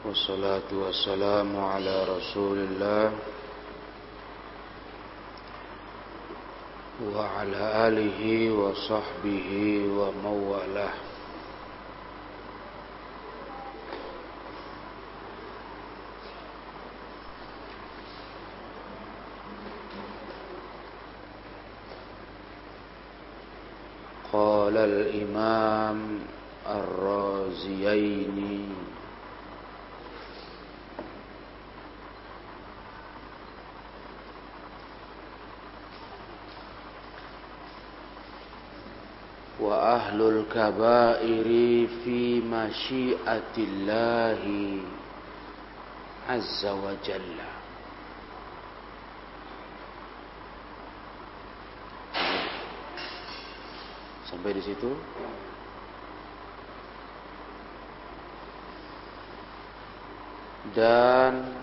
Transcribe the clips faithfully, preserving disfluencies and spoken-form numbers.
Wassalatu wassalamu ala Rasulillah wa ala alihi wa sahbihi wa mawalah. Qala al-Imam Ar-Raziyaini wa ahlul kabairi fi masyiatillahi azza wa jalla. Sampai di situ. Dan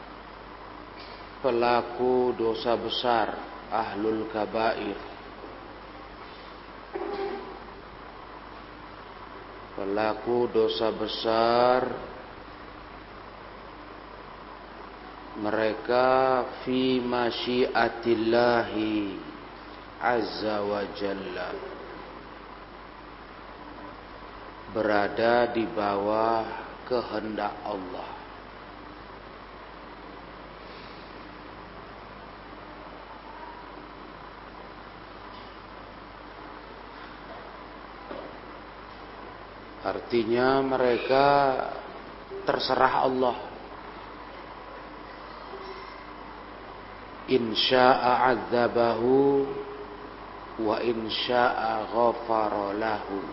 pelaku dosa besar ahlul kabair, pelaku dosa besar mereka fi masyiatillahi azza wa jalla, berada di bawah kehendak Allah. Artinya mereka terserah Allah. In syaa 'adzabahu wa in syaa ghafara lahu,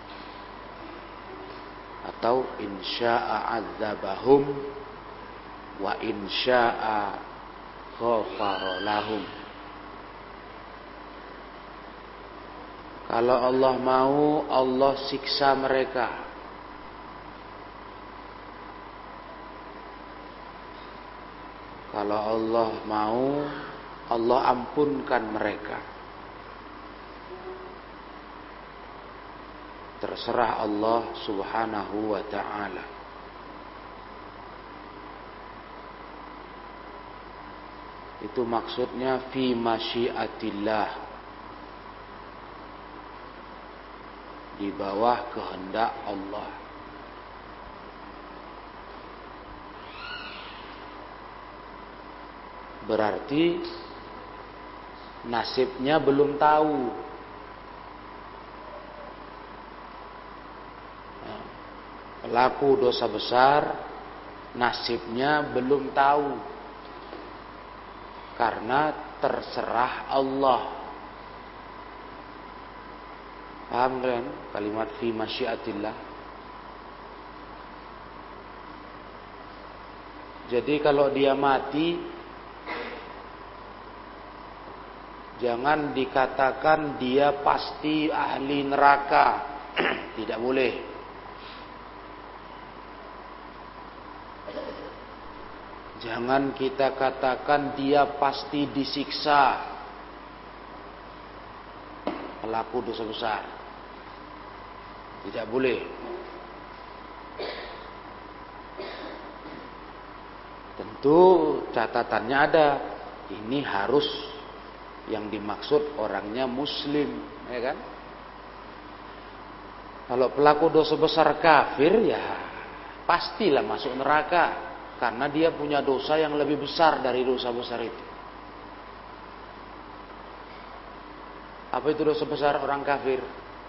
atau in syaa 'adzabahum wa in syaa ghafara lahum. Kalau Allah mau, Allah siksa mereka. Kalau Allah mau, Allah ampunkan mereka. Terserah Allah subhanahu wa ta'ala. Itu maksudnya fi masyiatillah, di bawah kehendak Allah. Berarti nasibnya belum tahu. Pelaku dosa besar nasibnya belum tahu, karena terserah Allah. Paham kan kalimat fi masyiatillah? Jadi kalau dia mati, jangan dikatakan dia pasti ahli neraka. Tidak boleh. Jangan kita katakan dia pasti disiksa, pelaku dosa besar. Tidak boleh. Tentu catatannya ada. Ini harus yang dimaksud orangnya muslim, ya kan? Kalau pelaku dosa besar kafir, ya pastilah masuk neraka, karena dia punya dosa yang lebih besar dari dosa besar itu. Apa itu dosa besar orang kafir?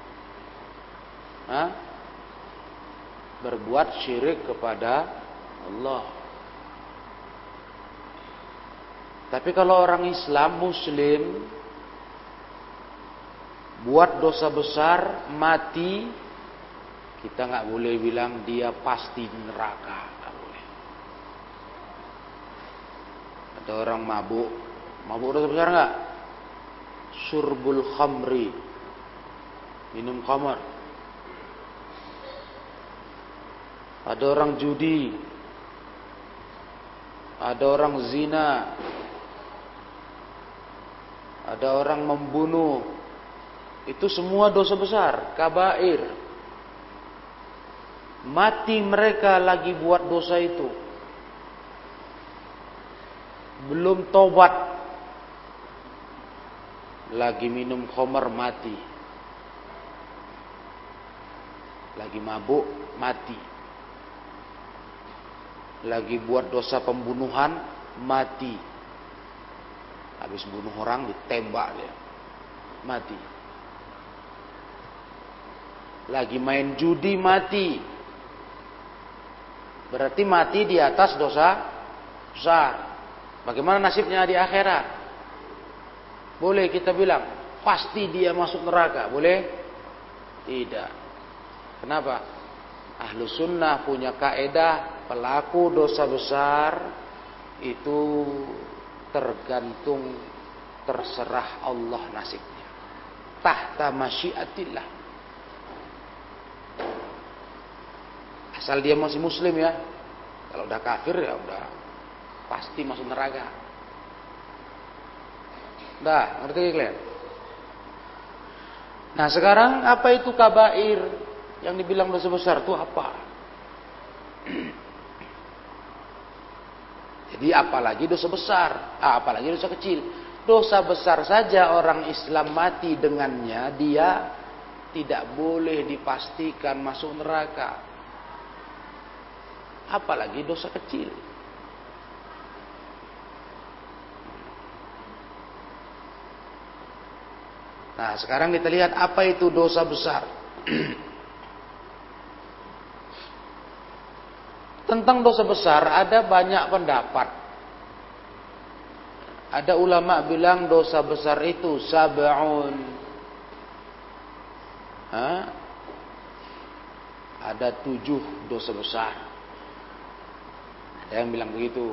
Hah? Berbuat syirik kepada Allah. Tapi kalau orang Islam, muslim, buat dosa besar, mati, kita nggak boleh bilang dia pasti neraka, nggak boleh. Ada orang mabuk, mabuk dosa besar nggak? Syurbul khamri, minum khamar. Ada orang judi, ada orang zina, ada orang membunuh. Itu semua dosa besar, kabair. Mati mereka lagi buat dosa itu. Belum tobat, lagi minum khamar mati. Lagi mabuk mati. Lagi buat dosa pembunuhan mati. Habis bunuh orang ditembak dia. Mati. Lagi main judi mati. Berarti mati di atas dosa besar. Bagaimana nasibnya di akhirat? Boleh kita bilang pasti dia masuk neraka, boleh? Tidak. Kenapa? Ahlu sunnah punya kaedah pelaku dosa besar itu tergantung, terserah Allah nasibnya. Tahta masyiatillah. Asal dia masih muslim ya. Kalau udah kafir ya udah pasti masuk neraka. Dah, ngerti kalian? Nah, sekarang apa itu kabair? Yang dibilang dosa besar itu apa? Jadi apalagi dosa besar, ah, apalagi dosa kecil. Dosa besar saja orang Islam mati dengannya, dia tidak boleh dipastikan masuk neraka. Apalagi dosa kecil. Nah, sekarang kita lihat apa itu dosa besar. Tentang dosa besar ada banyak pendapat. Ada ulama bilang dosa besar itu sab'un. Hah? Ada tujuh dosa besar. Ada yang bilang begitu.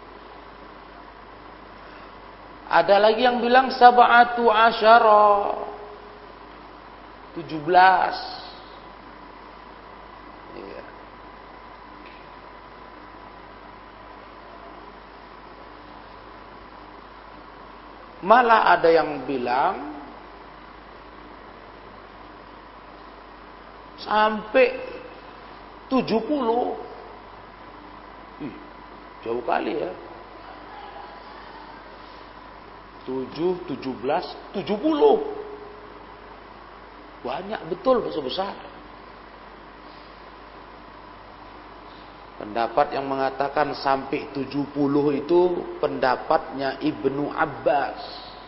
Ada lagi yang bilang sab'atu asyara. Tujuh belas. Iya. Malah ada yang bilang sampai tujuh puluh. Ih, jauh kali ya. tujuh, tujuh belas, tujuh puluh. Banyak betul dosa besar. Pendapat yang mengatakan sampai tujuh puluh itu pendapatnya Ibnu Abbas.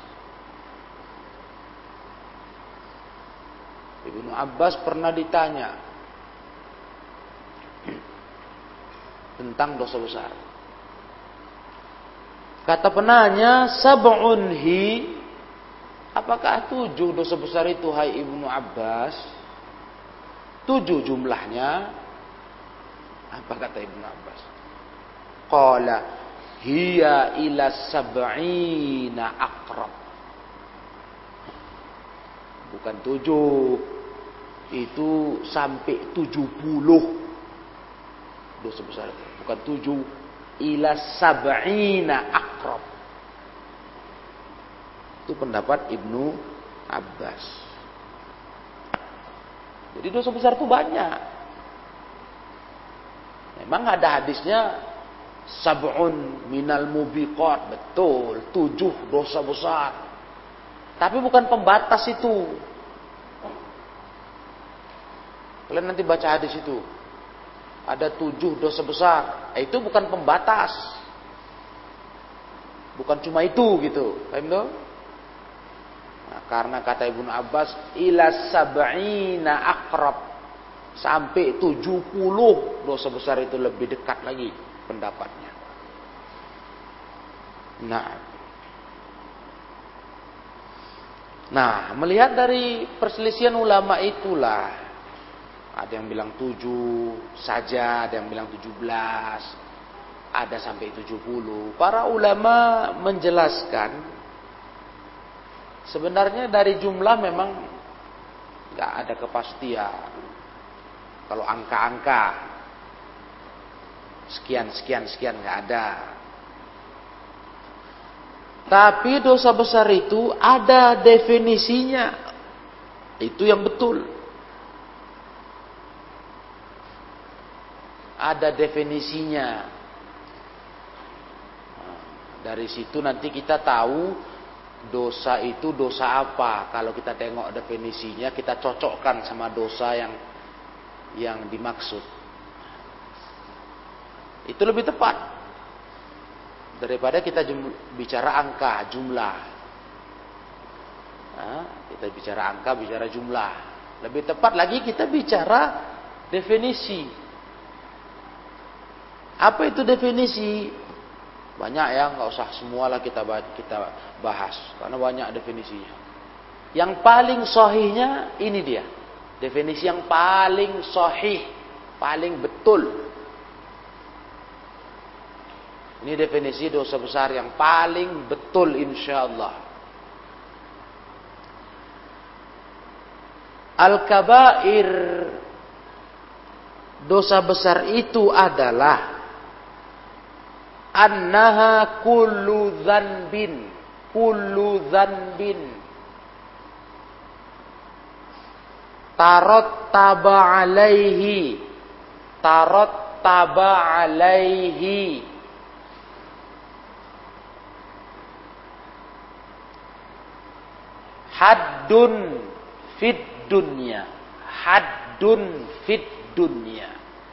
Ibnu Abbas pernah ditanya tentang dosa besar. Kata penanya, sab'un hi, apakah tujuh dosa besar itu hai Ibnu Abbas? Tujuh jumlahnya. Apa kata Ibnu Abbas? Qala hiya ila sab'ina aqrab. Bukan tujuh, itu sampai tujuh puluh dosa besar. Bukan tujuh, ila sab'ina aqrab. Itu pendapat Ibnu Abbas. Jadi dosa besar itu banyak. Memang ada hadisnya sab'un minal mubiqat, betul, tujuh dosa besar. Tapi bukan pembatas itu. Kalian nanti baca hadis itu. Ada tujuh dosa besar. Itu bukan pembatas. Bukan cuma itu gitu. Paham tuh? Nah, karena kata Ibnu Abbas, ila sab'ina aqrab. Sampai tujuh puluh dosa besar itu lebih dekat lagi pendapatnya. Nah. Nah, melihat dari perselisihan ulama itulah. Ada yang bilang tujuh saja, ada yang bilang tujuh belas, ada sampai tujuh puluh. Para ulama menjelaskan, sebenarnya dari jumlah memang nggak ada kepastian. Kalau angka-angka sekian, sekian, sekian nggak ada. Tapi dosa besar itu ada definisinya. Itu yang betul. ada definisinya. Nah, dari situ nanti kita tahu dosa itu dosa apa. Kalau kita tengok definisinya, kita cocokkan sama dosa yang yang dimaksud. Itu lebih tepat daripada kita bicara angka, jumlah. Nah, kita bicara angka, bicara jumlah. Lebih tepat lagi kita bicara definisi. Apa itu definisi? Banyak ya, nggak usah semualah kita kita bahas karena banyak definisinya. Yang paling sahihnya ini dia. Definisi yang paling sahih, paling betul. Ini definisi dosa besar yang paling betul insyaallah. Al-kabair, dosa besar itu adalah annaha kullu dzanbin, kullu dzanbin tarattaba alaihi, tarattaba alaihi haddun fid dunya, haddun fid dunya.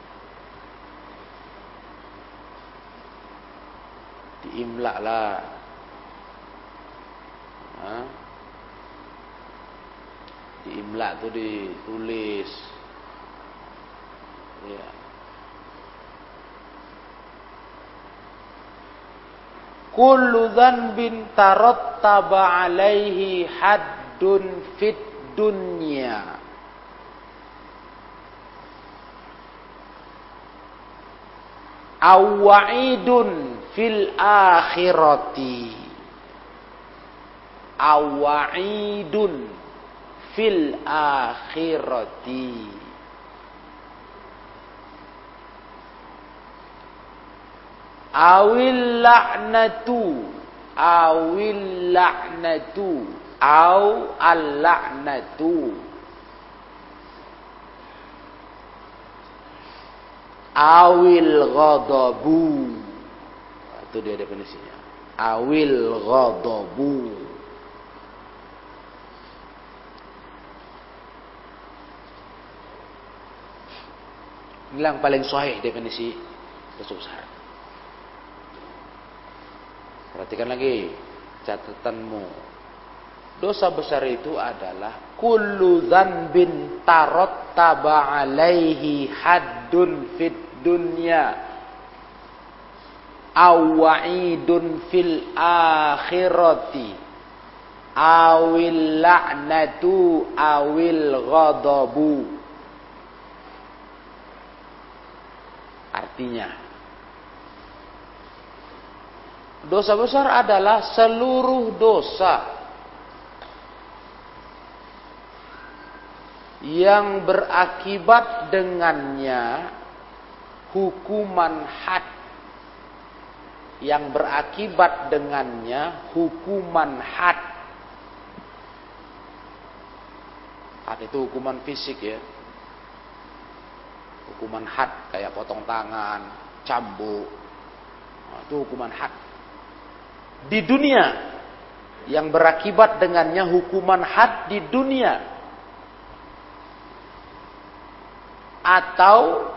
Diimla lah. Hah? Diimla tuh ditulis. Ya. Kullu dzanbin tarattaba alaihi haddun fid dunya. Awwa'idun fil akhirati. Awwa'idun fil akhirati. Awil la'natu, awil la'natu, aw al-la'natu, awil ghadabu. Itu dia definisinya. Awil ghadabu. Ini yang paling sahih definisi dosa besar. Perhatikan lagi catatanmu. Dosa besar itu adalah kullu dzanbin tarattaba alaihi haddun fid dunya aw wa'idun fil akhirati awil la'natu awil ghadabu. Artinya, dosa besar adalah seluruh dosa yang berakibat dengannya hukuman had, yang berakibat dengannya hukuman had. Had itu hukuman fisik ya. Hukuman had kayak potong tangan, cambuk. Nah, itu hukuman had. Di dunia yang berakibat dengannya hukuman had di dunia, atau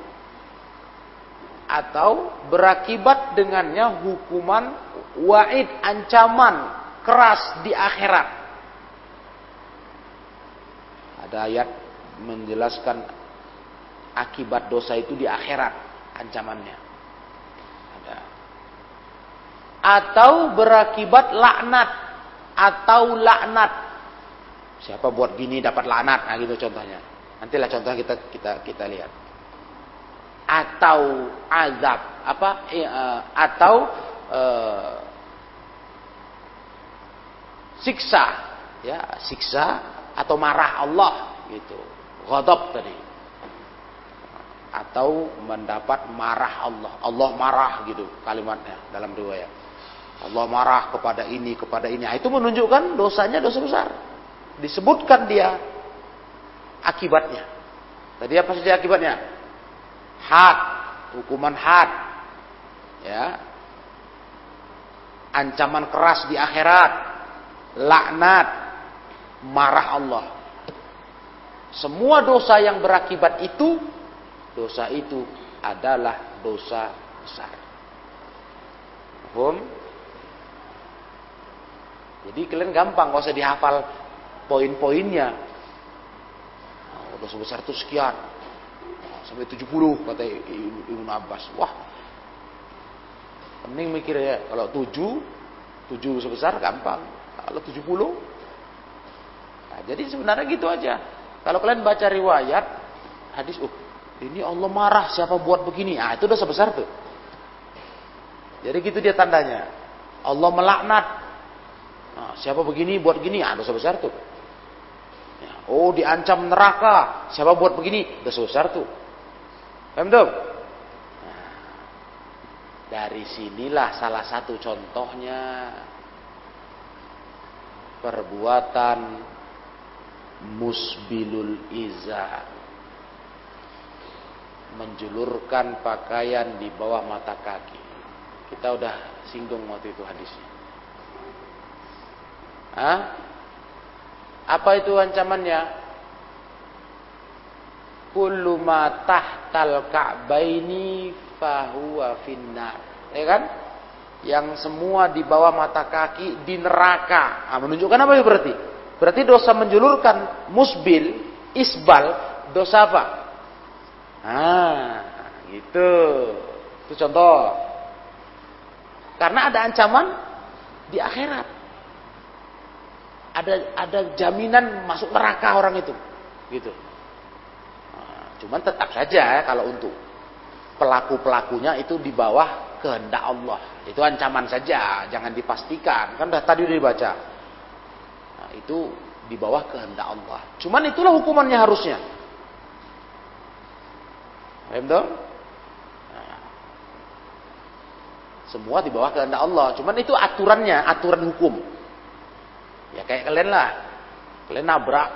atau berakibat dengannya hukuman wa'id, ancaman keras di akhirat. Ada ayat menjelaskan akibat dosa itu di akhirat, ancamannya. Ada. Atau berakibat laknat, atau laknat. Siapa buat gini dapat laknat, nah gitu contohnya. Nantilah contohnya kita kita kita lihat. Atau azab, apa? E, uh, atau uh, siksa, ya siksa atau marah Allah, gitu. Ghadab tadi. Atau mendapat marah Allah. Allah marah gitu kalimatnya dalam riwayat. Allah marah kepada ini, kepada ini. Nah, itu menunjukkan dosanya dosa besar. Disebutkan dia akibatnya. Tadi apa saja akibatnya? Had, hukuman had, ya, ancaman keras di akhirat, laknat, marah Allah. Semua dosa yang berakibat itu, dosa itu adalah dosa besar. Paham? Jadi kalian gampang, gak usah dihafal poin-poinnya. Oh, dosa besar itu sekian, oh, sampai tujuh puluh kata Ibnu Abbas. Wah, mending mikir ya, kalau tujuh, tujuh dosa besar gampang. Kalau tujuh puluh, nah, jadi sebenarnya gitu aja. Kalau kalian baca riwayat hadis, oh ini Allah marah siapa buat begini, ah itu dosa besar tuh. Jadi gitu dia tandanya. Allah melaknat, nah, siapa begini buat begini, ah dosa besar tuh. Ya, oh diancam neraka, siapa buat begini, dosa besar tuh. Paham tuh? Nah, dari sinilah salah satu contohnya perbuatan musbilul izar, menjulurkan pakaian di bawah mata kaki. Kita udah singgung waktu itu hadisnya. Hah? Apa itu ancamannya? Kullu ma tahtal ka'baini fahuwa finnar. Ya kan? Yang semua di bawah mata kaki di neraka. Nah, menunjukkan apa itu berarti? Berarti dosa menjulurkan musbil, isbal, dosa apa? Ah, gitu. Itu contoh. Karena ada ancaman di akhirat. Ada ada jaminan masuk neraka orang itu. Gitu. Nah, cuman tetap saja kalau untuk pelaku-pelakunya itu di bawah kehendak Allah. Itu ancaman saja, jangan dipastikan. Kan udah tadi udah dibaca. Nah, itu di bawah kehendak Allah. Cuman itulah hukumannya harusnya. Paham dong? Nah, semua di bawah kehendak Allah. Cuman itu aturannya, aturan hukum. Ya kayak kalian lah. Kalian nabrak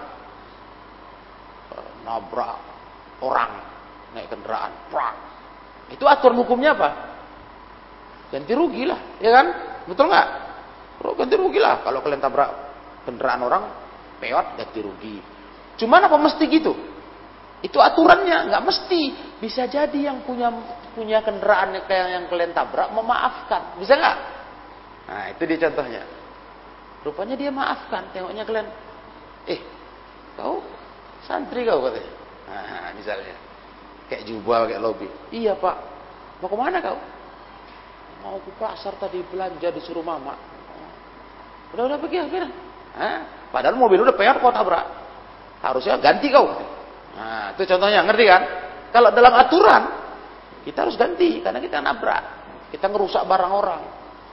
nabrak orang naik kendaraan. Prak. Itu aturan hukumnya apa? Ganti rugi lah, ya kan? Betul nggak? Ganti rugi lah. Kalau kalian tabrak kendaraan orang, peot ganti rugi. Cuman apa mesti gitu? Itu aturannya, nggak mesti. Bisa jadi yang punya punya kendaraan yang kayak yang kalian tabrak memaafkan, bisa nggak? Nah itu dia contohnya. Rupanya dia maafkan. Tengoknya kalian, eh kau santri kau katanya. Nah misalnya, kayak jubal kayak lobby. Iya pak, mau kemana kau? Mau ke pasar tadi belanja disuruh mama. Udah udah pergi akhirnya. Hah? Padahal mobil udah peot kau tabrak. Harusnya ganti kau. Nah, itu contohnya, ngerti kan? Kalau dalam aturan kita harus ganti karena kita nabrak. Kita ngerusak barang orang.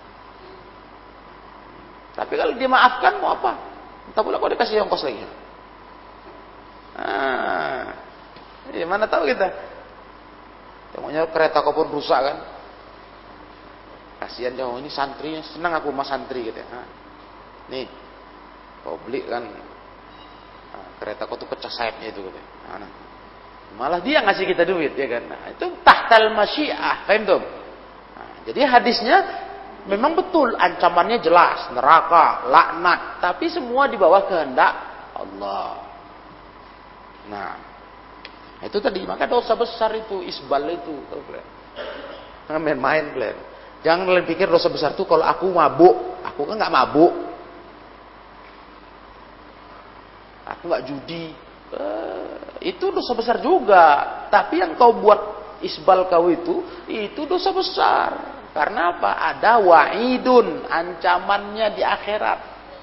Tapi kalau dia maafkan mau apa? Entah pula kau dikasih ongkos lagi. Nah, ya mana tahu kita. Tengoknya kereta kau pun rusak kan? Kasihan jauh ini santrinya, senang aku sama santri gitu. Nah, nih, kau beli kan nah, kereta kau tuh pecah sayapnya itu gitu. Nah, nah. Malah dia ngasih kita duit ya kan. Nah, itu tahtal masyiah, paham tuh? Nah, jadi hadisnya memang betul ancamannya jelas, neraka, laknat, tapi semua di bawah kehendak Allah. Nah, itu tadi, maka dosa besar itu isbal itu, tahu kalian? Jangan main-main kalian. Jangan kalian pikir dosa besar itu kalau aku mabuk, aku kan nggak mabuk, aku nggak judi, eh, itu dosa besar juga. Tapi yang kau buat isbal kau itu, itu dosa besar. Karena apa? Ada wa'idun, ancamannya di akhirat.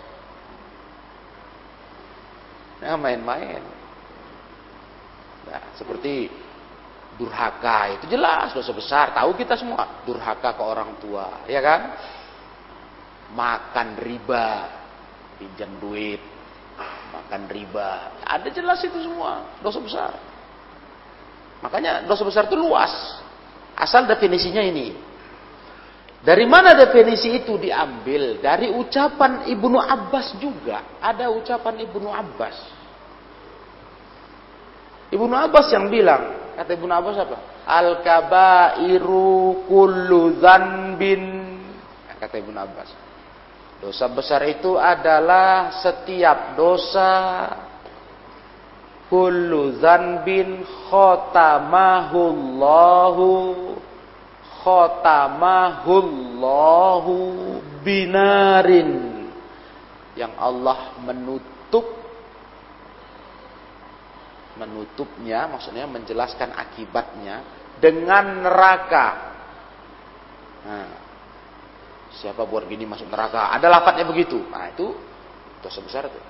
Jangan main-main. Nah, seperti durhaka itu jelas dosa besar, tahu kita semua. Durhaka ke orang tua, ya kan? Makan riba, pinjam duit, makan riba, ada jelas itu semua dosa besar. Makanya dosa besar itu luas. Asal definisinya ini. Dari mana definisi itu diambil? Dari ucapan Ibnu Abbas juga. Ada ucapan Ibnu Abbas. Ibnu Abbas yang bilang, kata Ibnu Abbas apa? Al-kabairu kullu dzanbin, kata Ibnu Abbas. Dosa besar itu adalah setiap dosa kullu dzanbin khotamahullahu khotamahullahu binarin, yang Allah menutup menutupnya, maksudnya menjelaskan akibatnya dengan neraka. Nah, siapa buat gini masuk neraka, ada lafadznya begitu. Nah, itu dosa besar itu.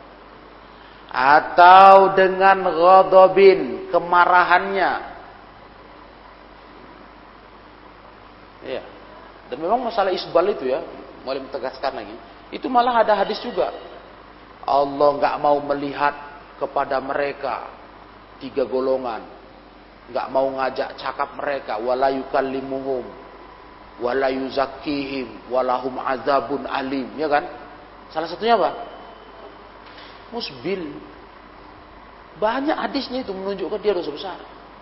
Atau dengan ghadabin, kemarahannya. Iya. Dan memang masalah isbal itu ya, mulai mentegaskan lagi, itu malah ada hadis juga. Allah nggak mau melihat kepada mereka tiga golongan, nggak mau ngajak cakap mereka, wala yukallimuhum wala yuzakkihim walahum azabun alim, ya kan? Salah satunya apa? Musbil. Banyak hadisnya itu menunjukkan dia dosa besar.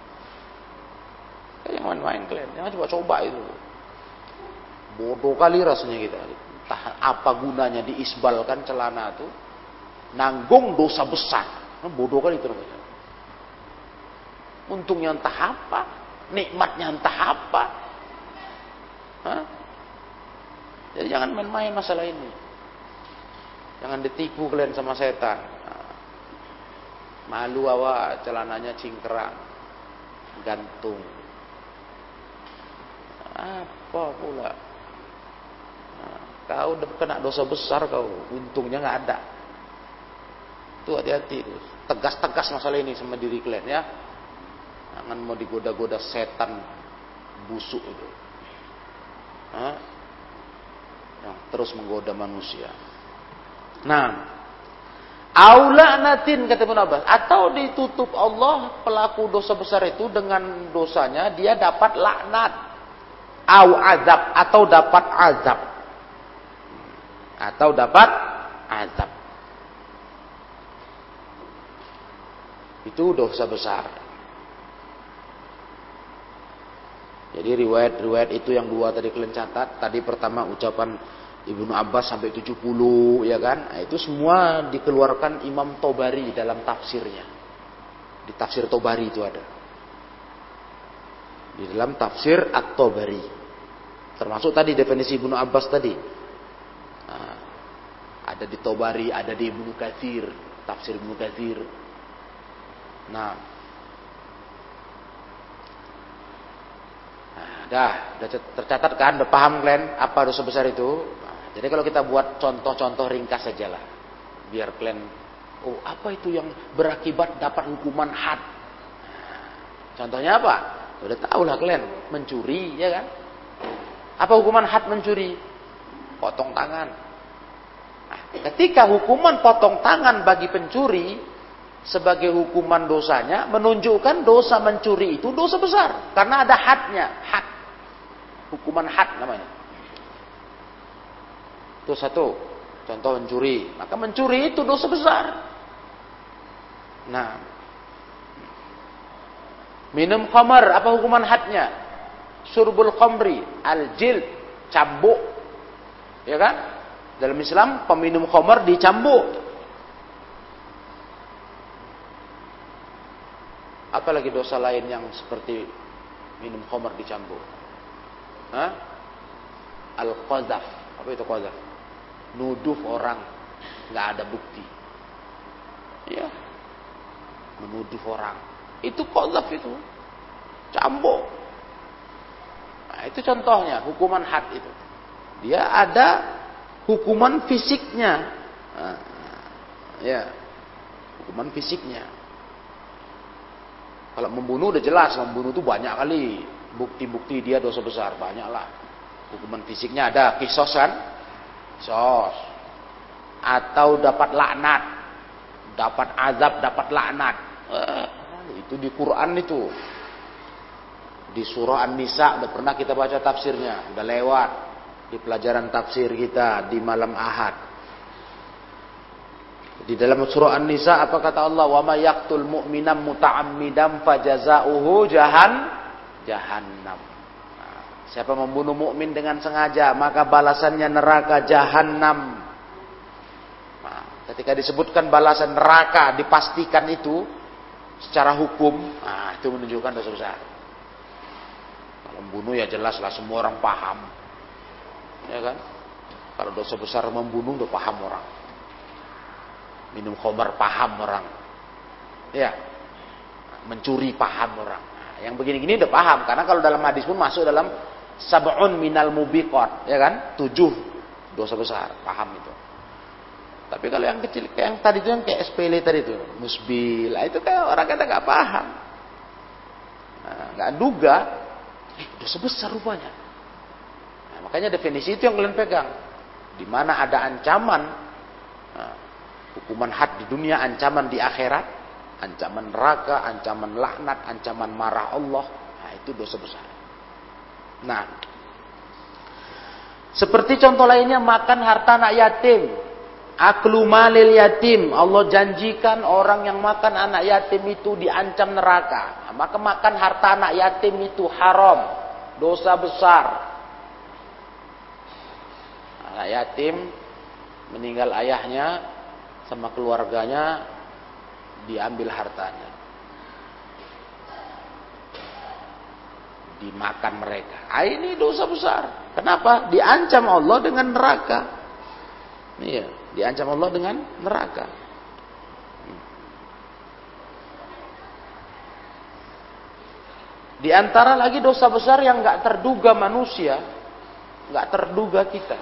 Jangan main-main kalian, jangan coba-coba itu. Bodoh kali rasanya kita. Entah apa gunanya diisbalkan celana itu, nanggung dosa besar. Bodoh kali itu namanya. Untungnya entah apa, nikmatnya entah apa. Hah? Jadi jangan main-main masalah ini. Jangan ditipu kalian sama setan. Malu awak celananya cingkrang, gantung. Apa pula? Nah, kau udah kena dosa besar kau. Untungnya nggak ada. Tuh hati-hati. Tegas-tegas masalah ini sama diri kalian ya. Jangan mau digoda-goda setan busuk itu. Hah? Yang terus menggoda manusia. Nah, aula'natin kata Ibnu Abbas, atau ditutup Allah pelaku dosa besar itu dengan dosanya dia dapat laknat, au azab, atau dapat azab, atau dapat azab. Itu dosa besar. Jadi riwayat-riwayat itu yang dua tadi kalian catat. Tadi pertama ucapan Ibnu Abbas sampai tujuh puluh, ya kan? Nah, itu semua dikeluarkan Imam Tobari dalam tafsirnya. Di tafsir Tobari itu ada. Di dalam tafsir At-Tobari. Termasuk tadi definisi Ibnu Abbas tadi. Nah, ada di Tobari, ada di Ibnu Katsir, tafsir Ibnu Katsir. Nah, Dah, udah tercatat kan? Udah paham kalian apa dosa besar itu? Nah, jadi kalau kita buat contoh-contoh ringkas saja lah, biar kalian, oh apa itu yang berakibat dapat hukuman had? Nah, contohnya apa? Udah tahu lah kalian, mencuri, ya kan? Apa hukuman had mencuri? Potong tangan. Nah, ketika hukuman potong tangan bagi pencuri sebagai hukuman dosanya, menunjukkan dosa mencuri itu dosa besar karena ada hadnya, had. Hukuman had namanya. Itu satu contoh mencuri. Maka mencuri itu dosa besar. Nah, minum khamar, apa hukuman hadnya? Surbul khamri, al-jild, cambuk. Ya kan? Dalam Islam peminum khamar dicambuk. Apalagi dosa lain yang seperti minum khamar dicambuk? Hah? Al-qadzaf. Apa itu qadzaf? Nuduh orang nggak ada bukti. Ya. Menuduh orang. Itu qadzaf itu. Cambuk. Nah, itu contohnya hukuman had itu. Dia ada hukuman fisiknya. Nah, ya. Hukuman fisiknya. Kalau membunuh udah jelas, membunuh itu banyak kali. Bukti-bukti dia dosa besar, banyaklah. Hukuman fisiknya ada, kisos kan? Kisos. Atau dapat laknat. Dapat azab, dapat laknat. Eh, itu di Quran itu. Di surah An-Nisa, udah pernah kita baca tafsirnya. Udah lewat. Di pelajaran tafsir kita, di malam Ahad. Di dalam surah An-Nisa, apa kata Allah? Wa may yaqtul mu'minan muta'ammidan fajaza'uhu jahan jahannam. Nah, siapa membunuh mukmin dengan sengaja, maka balasannya neraka jahannam. Nah, ketika disebutkan balasan neraka dipastikan itu secara hukum, nah itu menunjukkan dosa besar. Kalau membunuh ya jelas lah semua orang paham, ya kan? Kalau dosa besar membunuh udah paham orang. Minum khamar paham orang, ya. Mencuri paham orang. Nah, yang begini-gini udah paham, karena kalau dalam hadis pun masuk dalam sab'un minal mubiqat, ya kan? Tujuh dosa besar, paham itu. Tapi kalau yang kecil, kayak yang tadi itu yang kayak sepele tadi itu, musbil, itu kayak orang kata nggak paham, nah, nggak duga, eh, dosa besar rupanya. Nah, makanya definisi itu yang kalian pegang. Di mana ada ancaman, nah, hukuman had di dunia, ancaman di akhirat, ancaman neraka, ancaman laknat, ancaman marah Allah, nah itu dosa besar. Nah, seperti contoh lainnya makan harta anak yatim, aklu malil yatim. Allah janjikan orang yang makan anak yatim itu diancam neraka. Nah, maka makan harta anak yatim itu haram, dosa besar. Anak yatim meninggal ayahnya sama keluarganya, diambil hartanya, dimakan mereka. Ah, ini dosa besar. Kenapa? Diancam Allah dengan neraka. Iya, diancam Allah dengan neraka. Di antara lagi dosa besar yang nggak terduga manusia, nggak terduga kita,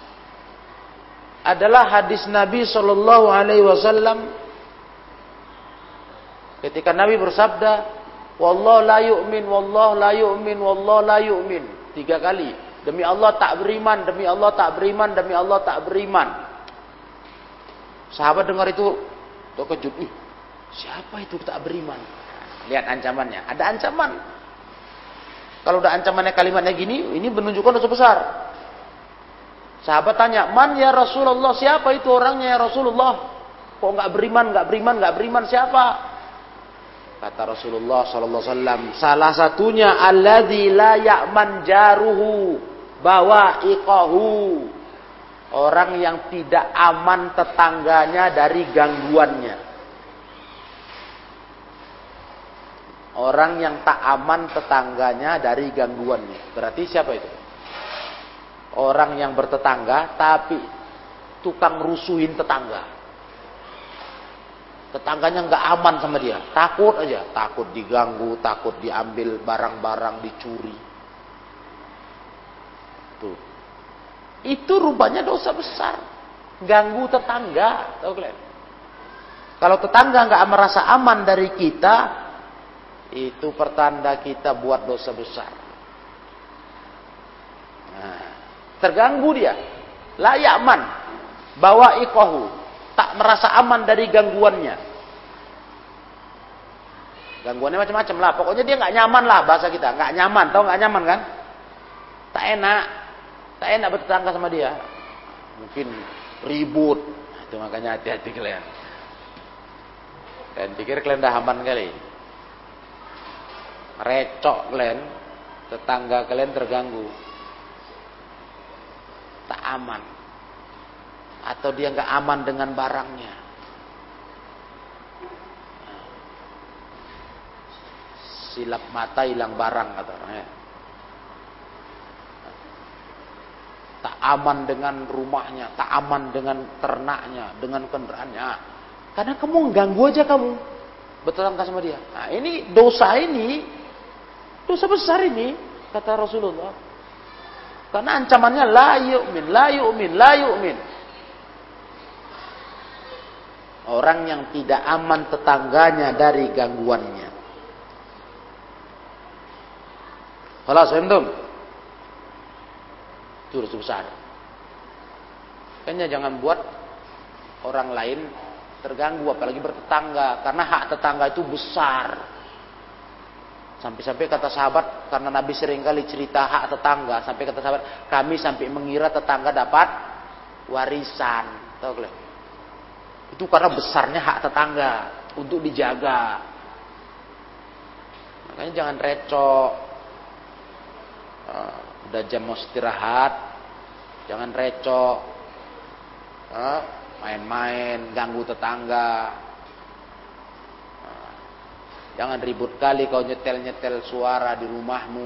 adalah hadis Nabi Shallallahu Alaihi Wasallam ketika Nabi bersabda, "Wallah la yu'min, wallah la yu'min, wallah la yu'min." Tiga kali. Demi Allah tak beriman, demi Allah tak beriman, demi Allah tak beriman. Sahabat dengar itu terkejut. Ih, siapa itu tak beriman? Lihat ancamannya. Ada ancaman. Kalau udah ancamannya kalimatnya gini, ini menunjukkan dosa besar. Sahabat tanya, "Man ya Rasulullah, siapa itu orangnya ya Rasulullah? Kok nggak beriman, nggak beriman, nggak beriman siapa?" Kata Rasulullah sallallahu alaihi wasallam, "Salah satunya alladzi la ya'man jaruhu bawa'iqahu." Orang yang tidak aman tetangganya dari gangguannya. Orang yang tak aman tetangganya dari gangguannya. Berarti siapa itu? Orang yang bertetangga tapi tukang rusuhin tetangga. Tetangganya nggak aman sama dia, takut aja, takut diganggu, takut diambil barang-barang, dicuri. Tuh, itu rupanya dosa besar, ganggu tetangga, tahu kalian? Kalau tetangga nggak merasa aman dari kita, itu pertanda kita buat dosa besar. Nah, terganggu dia, layak man, bawa ikohu, tak merasa aman dari gangguannya. Gangguannya macam-macam lah, pokoknya dia nggak nyaman lah bahasa kita, nggak nyaman, tahu nggak nyaman kan? Tak enak, tak enak bertetangga sama dia. Mungkin ribut, itu makanya hati-hati kalian. Dan pikir kalian dah aman kali, recok kalian, tetangga kalian terganggu. Tak aman, atau dia nggak aman dengan barangnya, silap mata hilang barang kata orangnya. Tak aman dengan rumahnya, tak aman dengan ternaknya, dengan kendaraannya, karena kamu ganggu aja kamu bertetangga sama dia. Nah, ini dosa, ini dosa besar ini kata Rasulullah. Karena ancamannya la yu'min, la yu'min, la yu'min. Orang yang tidak aman tetangganya dari gangguannya. Khalas, faham? Itu dosa besar. Makanya jangan buat orang lain terganggu, apalagi bertetangga, karena hak tetangga itu besar. Sampai-sampai kata sahabat, karena Nabi sering kali cerita hak tetangga, sampai kata sahabat, kami sampai mengira tetangga dapat warisan. Tahu kalian? Itu karena besarnya hak tetangga untuk dijaga. Makanya jangan recok. Uh, udah jam mau istirahat, jangan recok, uh, main-main, ganggu tetangga. Uh, jangan ribut kali kau nyetel-nyetel suara di rumahmu.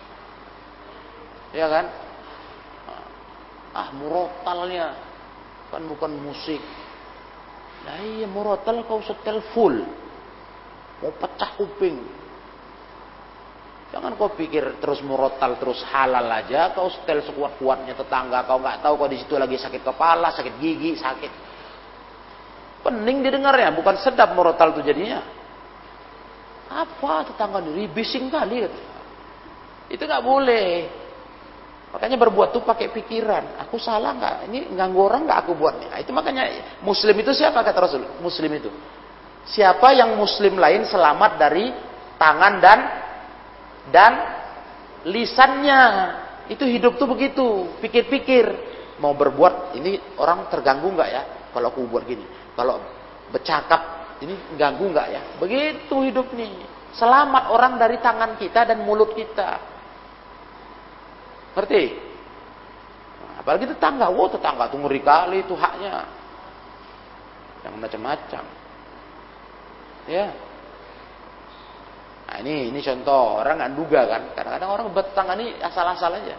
Ya kan? Uh, ah murotalnya kan bukan musik. Nah iya murotal kau setel full, mau pecah kuping. Jangan kau pikir terus murotal terus halal aja, kau setel sekuat-kuatnya tetangga, kau nggak tahu kau di situ lagi sakit kepala, sakit gigi, sakit. Pening didengarnya, bukan sedap murotal itu jadinya. Apa tetangga ini bising kali gitu. Itu nggak boleh. Makanya berbuat tuh pakai pikiran. Aku salah nggak? Ini ganggu orang nggak aku buatnya? Nah, itu makanya Muslim itu siapa kata Rasul? Muslim itu siapa yang Muslim lain selamat dari tangan dan dan lisannya. Itu hidup tuh begitu, pikir-pikir mau berbuat ini orang terganggu nggak ya kalau aku buat gini, kalau bercakap ini ganggu nggak ya, begitu hidup nih. Selamat orang dari tangan kita dan mulut kita, ngerti? Nah, apalagi tetangga, wow tetangga tuh ngeri kali, itu haknya yang macam-macam ya. Nah ini, ini contoh, orang nggak duga kan. Kadang-kadang orang bertetangga ini asal-asal aja.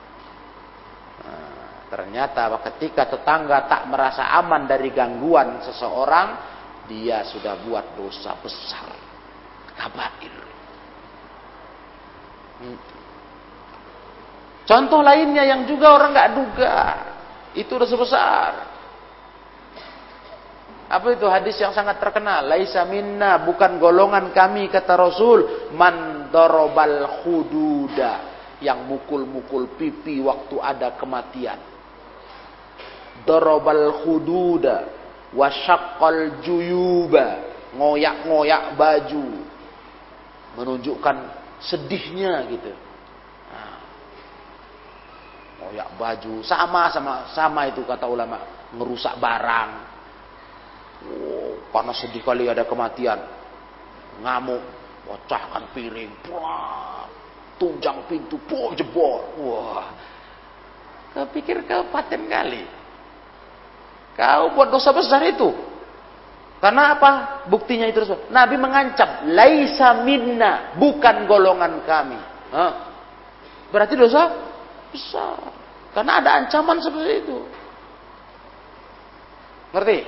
Nah, ternyata ketika tetangga tak merasa aman dari gangguan seseorang, dia sudah buat dosa besar, kabair. Hmm. Contoh lainnya yang juga orang nggak duga, itu dosa besar. Apa itu hadis yang sangat terkenal? Laisa minna, bukan golongan kami kata Rasul, man darabal khududa, yang mukul-mukul pipi waktu ada kematian. Darabal khududa wa syaqqal juyuba, ngoyak-ngoyak baju, menunjukkan sedihnya gitu. Nah, ngoyak baju sama sama sama itu kata ulama, ngerusak barang. Oh, karena sedih kali ada kematian, ngamuk, pecahkan piring, wah, tunjang pintu, boh, jebol, wah, kepikir kau paten kali, kau buat dosa besar itu, karena apa? Buktinya itu Nabi mengancam, laisa minna, bukan golongan kami, Hah? Berarti dosa besar, karena ada ancaman seperti itu, ngerti?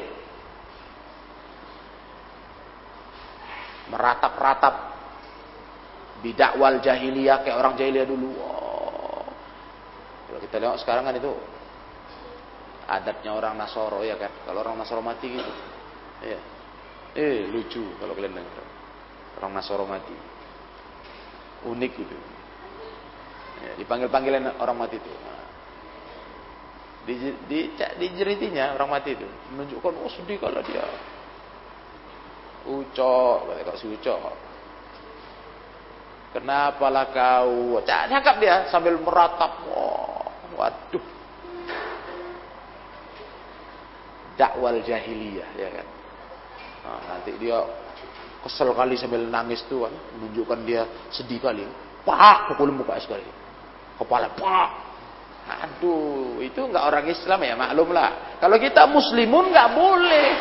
Meratap-ratap bidakwal jahiliyah kayak orang jahiliyah dulu. Wow. Kalau kita lihat sekarang kan itu adatnya orang Nasoro ya kan. Kalau orang Nasoro mati gitu. Ya. Eh lucu kalau kalian dengar. Orang Nasoro mati. Unik gitu. Ya, dipanggil-panggilin orang mati itu. Nah. Di di dijeritinya orang mati itu menunjukkan oh sedih kalau dia Ucok, kata kau si Ucok. Kenapalah kau? Cakap dia sambil meratap. Oh, waduh. Dakwal jahiliyah, ya kan. Nah, nanti dia kesel kali sambil nangis tuh kan, menunjukkan dia sedih kali. Pak, pukul muka sekali. Kepala pak. Aduh, itu enggak orang Islam ya, maklumlah. Kalau kita muslimun enggak boleh.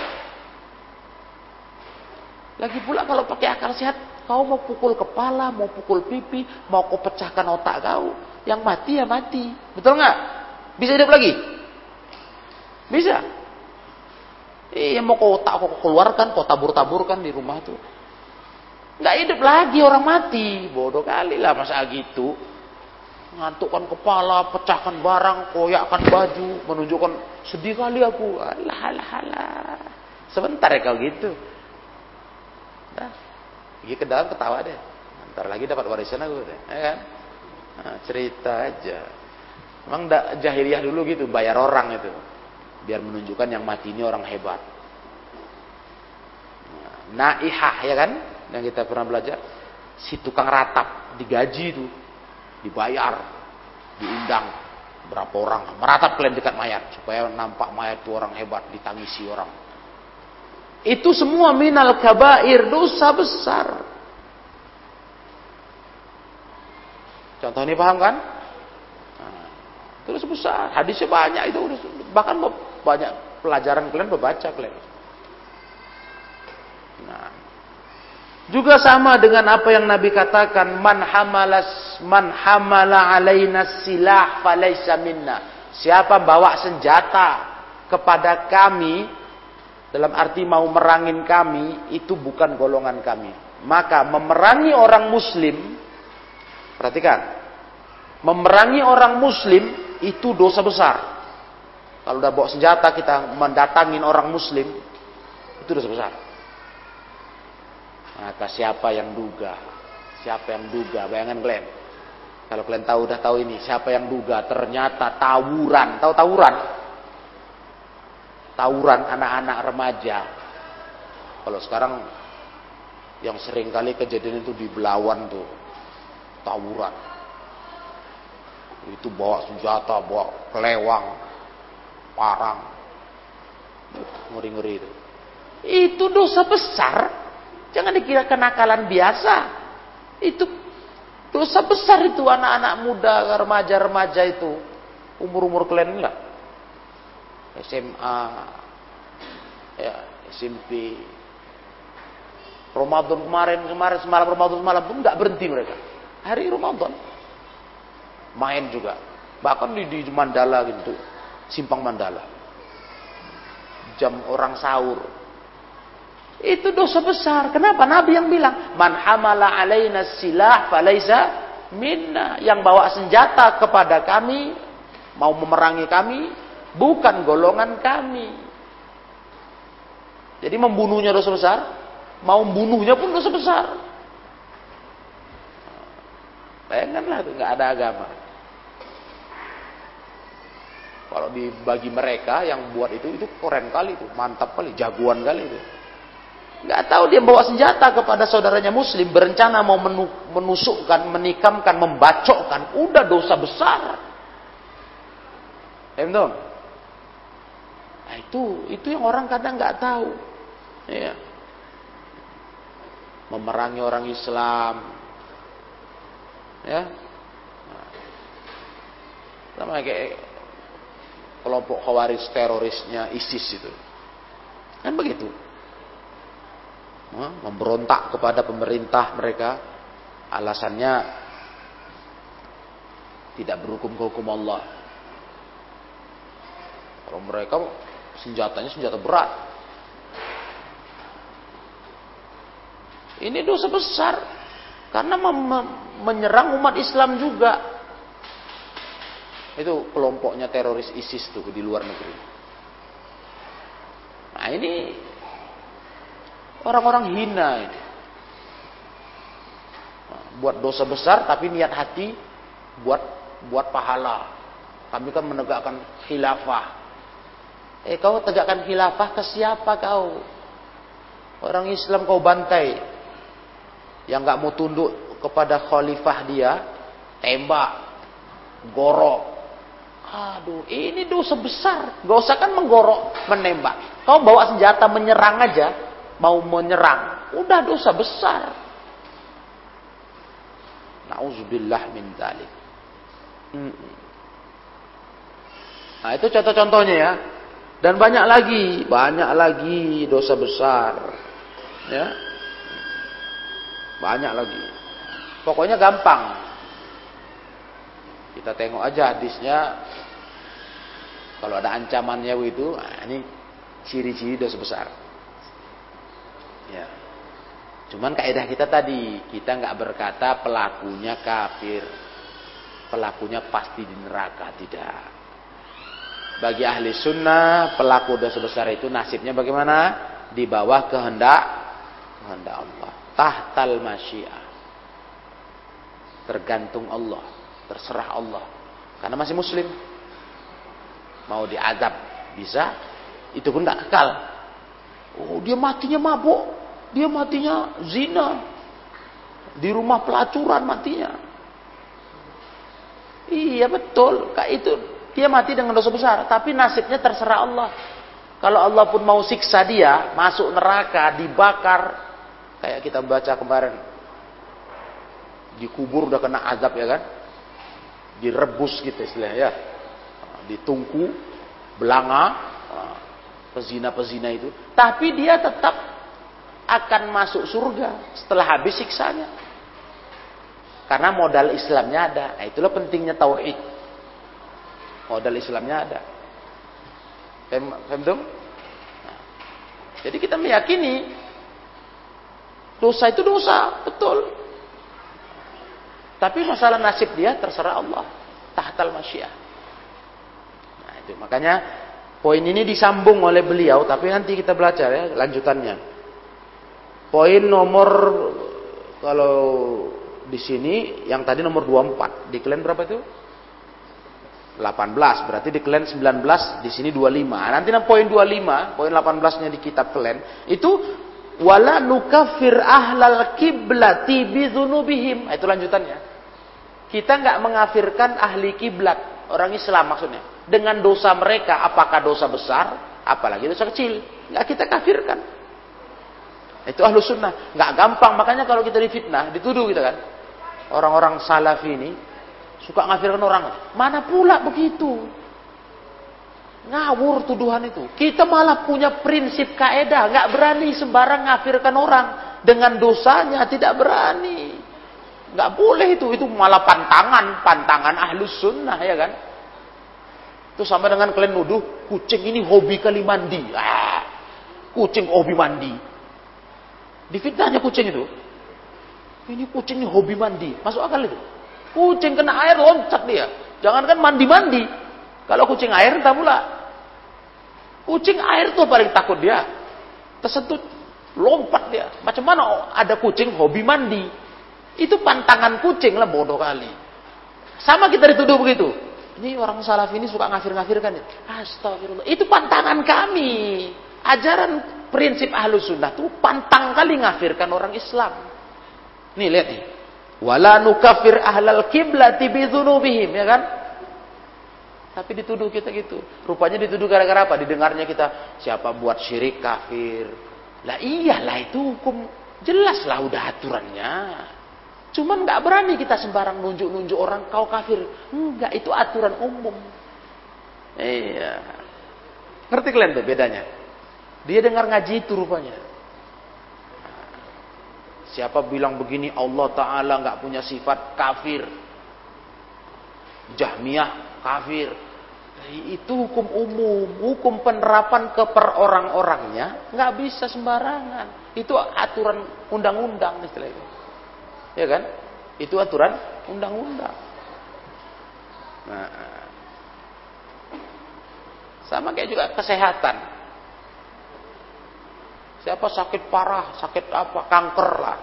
Lagi pula kalau pakai akal sehat, kau mau pukul kepala, mau pukul pipi, mau kau pecahkan otak kau, yang mati ya mati. Betul nggak? Bisa hidup lagi? Bisa. Iya, mau kau otak kau keluarkan, kau tabur-taburkan di rumah tuh. Nggak hidup lagi orang mati. Bodoh kali lah masa gitu. Ngantukkan kepala, pecahkan barang, koyakkan baju, menunjukkan sedih kali aku. Alah, alah, alah. Sebentar ya kau gitu. Nah, pergi ke dalam ketawa deh. Ntar lagi dapat warisan aku deh, ya kan? Nah, cerita aja. Memang jahiliyah dulu gitu, bayar orang itu, biar menunjukkan yang mati ini orang hebat. Nah, naihah ya kan, yang kita pernah belajar, si tukang ratap digaji itu, dibayar, diundang berapa orang, meratap kalian dekat mayat supaya nampak mayat itu orang hebat, ditangisi orang. Itu semua minal kabair, dosa besar. Contoh ini paham kan? Dosa besar. Hadisnya banyak itu, bahkan banyak pelajaran kalian membaca kalian. Nah, juga sama dengan apa yang Nabi katakan, man hamalas man hamala alaina silah falaysa minna. Siapa bawa senjata kepada kami, dalam arti mau merangin kami, itu bukan golongan kami. Maka memerangi orang muslim, perhatikan, memerangi orang muslim itu dosa besar. Kalau udah bawa senjata kita mendatangin orang muslim, itu dosa besar. Maka siapa yang duga? Siapa yang duga? Bayangan kalian. Kalau kalian tahu udah tahu ini, siapa yang duga ternyata tawuran, tahu tawuran? Tawuran anak-anak remaja. Kalau sekarang yang sering kali kejadian itu di Belawan tuh, tawuran. Itu bawa senjata, bawa kelewang, parang, ngeri-ngeri itu. Itu dosa besar. Jangan dikira kenakalan biasa. Itu dosa besar itu, anak-anak muda, remaja-remaja itu. Umur-umur kalian lah. S M A, ya, S M P. Ramadan kemarin, kemarin semalam Ramadan semalam pun nggak berhenti mereka. Hari Ramadan main juga. Bahkan di, di Mandala gitu, Simpang Mandala. Jam orang sahur. Itu dosa besar. Kenapa? Nabi yang bilang, man hamala alaina silah falaysa minna. Yang bawa senjata kepada kami, mau memerangi kami, bukan golongan kami. Jadi membunuhnya dosa besar, mau membunuhnya pun dosa besar. Bayangkanlah itu, nggak ada agama. Kalau dibagi mereka yang buat itu, itu keren kali itu, mantap kali, jagoan kali itu. Nggak tahu dia bawa senjata kepada saudaranya muslim, berencana mau menusukkan, menikamkan, membacokkan, udah dosa besar. Entah? Nah, itu itu yang orang kadang nggak tahu. Ya. Memerangi orang Islam, ya, nah, sama kayak kelompok khawarij terorisnya ISIS itu, kan begitu, memberontak kepada pemerintah mereka, alasannya tidak berhukum ke hukum Allah. Kalau mereka senjatanya senjata berat, ini dosa besar karena menyerang umat Islam juga. Itu kelompoknya teroris ISIS tuh di luar negeri. Nah ini orang-orang hina ini. Nah, buat dosa besar tapi niat hati buat buat pahala. Kami kan menegakkan khilafah. Eh kau tegakkan khilafah ke siapa kau? Orang Islam kau bantai. Yang gak mau tunduk kepada khalifah dia, tembak, gorok. Aduh, ini dosa besar. Gak usah kan menggorok, menembak. Kau bawa senjata menyerang aja, mau menyerang, udah dosa besar. Nauzubillah min dzalik. Nah, itu contoh-contohnya ya. Dan banyak lagi, banyak lagi dosa besar. Ya. Banyak lagi. Pokoknya gampang. Kita tengok aja hadisnya. Kalau ada ancamannya itu, nah ini ciri-ciri dosa besar. Ya. Cuman kaidah kita tadi, kita nggak berkata pelakunya kafir, pelakunya pasti di neraka, tidak. Bagi ahli sunnah, pelaku dosa besar itu nasibnya bagaimana? Di bawah kehendak kehendak Allah. Tahtal masyiah. Tergantung Allah, terserah Allah. Karena masih muslim. Mau diazab bisa, itu pun tidak kekal. Oh, dia matinya mabuk, dia matinya zina, di rumah pelacuran matinya. Iya betul, kayak itu dia mati dengan dosa besar, tapi nasibnya terserah Allah. Kalau Allah pun mau siksa dia, masuk neraka, dibakar, kayak kita baca kemarin, dikubur udah kena azab ya kan, direbus gitu istilahnya ya. ditungku, belanga, pezina-pezina itu. Tapi dia tetap akan masuk surga setelah habis siksanya. Karena modal Islamnya ada. Nah, itulah pentingnya tauhid. Modal Islamnya ada. Paham dong? Nah, jadi kita meyakini dosa itu dosa, betul. Tapi masalah nasib dia terserah Allah. Tahtal masyiah. Nah, itu makanya poin ini disambung oleh beliau, tapi nanti kita belajar ya lanjutannya. Poin nomor kalau di sini yang tadi nomor dua puluh empat, di kalian berapa itu? delapan belas, berarti di kalian sembilan belas, di sini dua puluh lima. Nanti poin dua puluh lima, poin delapan belasnya di kitab kalian itu wala nukafir ahlal kiblati bidzunubihim. Itu lanjutannya. Kita nggak mengafirkan ahli kiblat, orang Islam maksudnya, dengan dosa mereka, apakah dosa besar, apalagi dosa kecil, nggak kita kafirkan. Itu ahlu sunnah, nggak gampang. Makanya kalau kita difitnah, dituduh kita kan, orang-orang salafi ini suka ngafirkan orang. Mana pula begitu? Ngawur tuduhan itu. Kita malah punya prinsip kaedah, nggak berani sembarang ngafirkan orang dengan dosanya, tidak berani. Nggak boleh itu, itu malah pantangan, pantangan ahlus sunnah ya kan. Itu sama dengan kalian nuduh kucing ini hobi kali mandi. Ah, kucing hobi mandi. Difitnahnya kucing itu. Ini kucing ini hobi mandi, masuk akal itu? Kucing kena air loncat dia. Jangankan mandi-mandi. Kalau kucing air entah pula. Kucing air tuh paling takut dia. Tersentuh lompat dia. Macam mana ada kucing hobi mandi? Itu pantangan kucing lah, bodoh kali. Sama kita dituduh begitu. Ini orang salaf ini suka ngafir-ngafirkan ya. Astagfirullah. Itu pantangan kami. Ajaran prinsip ahlus sunnah itu pantang kali ngafirkan orang Islam. Nih lihat nih. Wala nukafir ahlal kiblati bidzunubihim, ya kan? Tapi dituduh kita gitu. Rupanya dituduh gara-gara apa? Didengarnya kita siapa buat syirik kafir. Lah iyalah itu hukum jelas lah udah aturannya. Cuman nggak berani kita sembarang nunjuk-nunjuk orang kau kafir. Enggak, itu aturan umum. Iya. Ngerti kalian tuh bedanya? Dia dengar ngaji itu rupanya. Siapa bilang begini Allah Ta'ala nggak punya sifat, kafir. Jahmiyah kafir. Itu hukum umum, hukum penerapan ke per orang-orangnya nggak bisa sembarangan. Itu aturan undang-undang istilah itu. Ya kan? Itu aturan undang-undang. Nah, sama kayak juga kesehatan. Siapa sakit parah, sakit apa, kanker lah.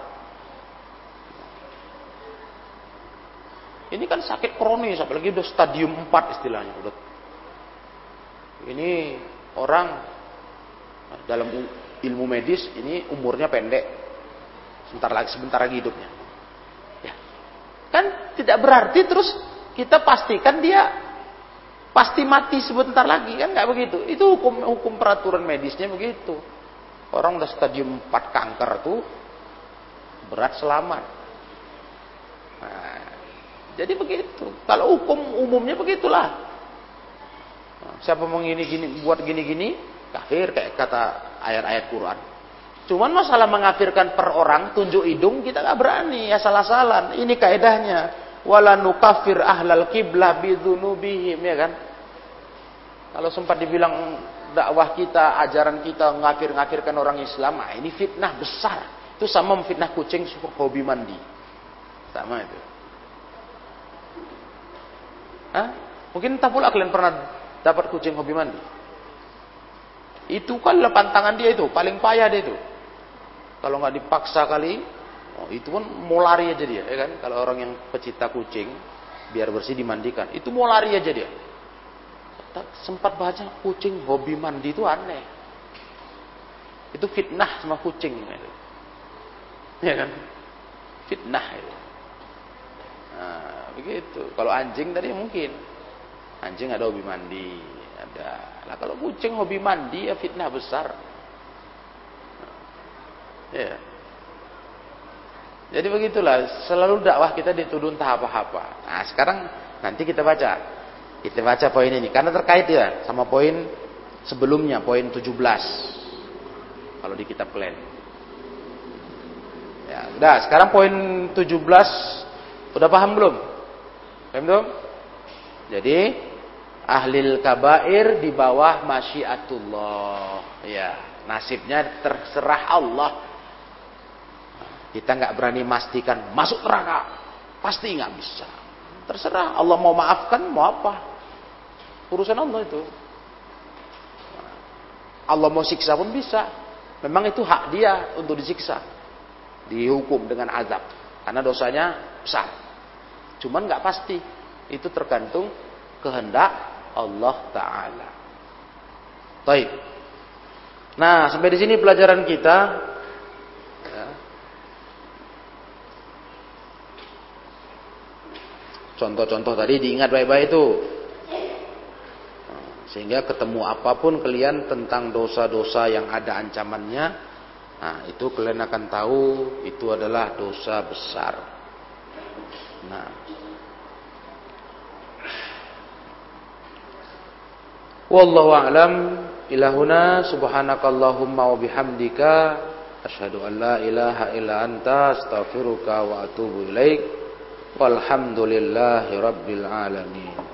Ini kan sakit kronis, apalagi udah stadium empat istilahnya. Udah. Ini orang dalam ilmu medis ini umurnya pendek. Sebentar lagi, sebentar lagi hidupnya. Ya. Kan tidak berarti terus kita pastikan dia pasti mati sebentar lagi, kan nggak begitu. Itu hukum hukum peraturan medisnya begitu. Orang udah stadium empat kanker tuh berat selamat. Nah, jadi begitu. Kalau hukum umumnya begitulah. Nah, siapa mau gini-gini buat gini-gini kafir kayak kata ayat-ayat Quran. Cuman masalah mengafirkan per orang tunjuk hidung kita nggak berani, asal-asalan. Ini kaidahnya. Wala nukafir ahlal qiblah bidzunubihim, ya kan? Kalau sempat dibilang dakwah kita, ajaran kita ngafir-ngafirkan orang Islam, nah ini fitnah besar. Itu sama memfitnah kucing suka hobi mandi. Sama itu. Hah? Mungkin tak pula kalian pernah dapat kucing hobi mandi. Itu kan pantangan dia itu, paling payah dia itu. Kalau nggak dipaksa kali, oh, itu kan mau lari aja dia, ya kan? Kalau orang yang pecinta kucing, biar bersih dimandikan, itu mau lari aja dia. Sempat baca kucing hobi mandi itu aneh. Itu fitnah sama kucing itu. Ya kan? Fitnah itu. Nah, begitu. Kalau anjing tadi mungkin. Anjing ada hobi mandi, ada. Lah kalau kucing hobi mandi ya fitnah besar. Nah, ya. Jadi begitulah, selalu dakwah kita dituduh entah apa-apa. Nah, sekarang nanti kita baca. Kita baca poin ini karena terkait ya sama poin sebelumnya, poin tujuh belas. Kalau di kitab plan. Ya, udah, sekarang poin tujuh belas udah paham belum? Paham belum? Jadi ahlil kabair di bawah masyiatullah. Ya, nasibnya terserah Allah. Kita nggak berani memastikan masuk neraka, pasti nggak bisa. Terserah Allah mau maafkan, mau apa? Urusan Allah itu. Allah mau siksa pun bisa. Memang itu hak dia untuk disiksa, dihukum dengan azab, karena dosanya besar. Cuman nggak pasti. Itu tergantung kehendak Allah Taala. Baik. Nah, sampai di sini pelajaran kita. Ya. Contoh-contoh tadi diingat baik-baik itu. Sehingga ketemu apapun kalian tentang dosa-dosa yang ada ancamannya, nah itu kalian akan tahu itu adalah dosa besar. Nah, wallahu a'lam. Ilahuna subhanakallahumma wa bihamdika asyhadu an la ilaha illa anta astaghfiruka wa atubu ilaik. Walhamdulillahi rabbil alamin.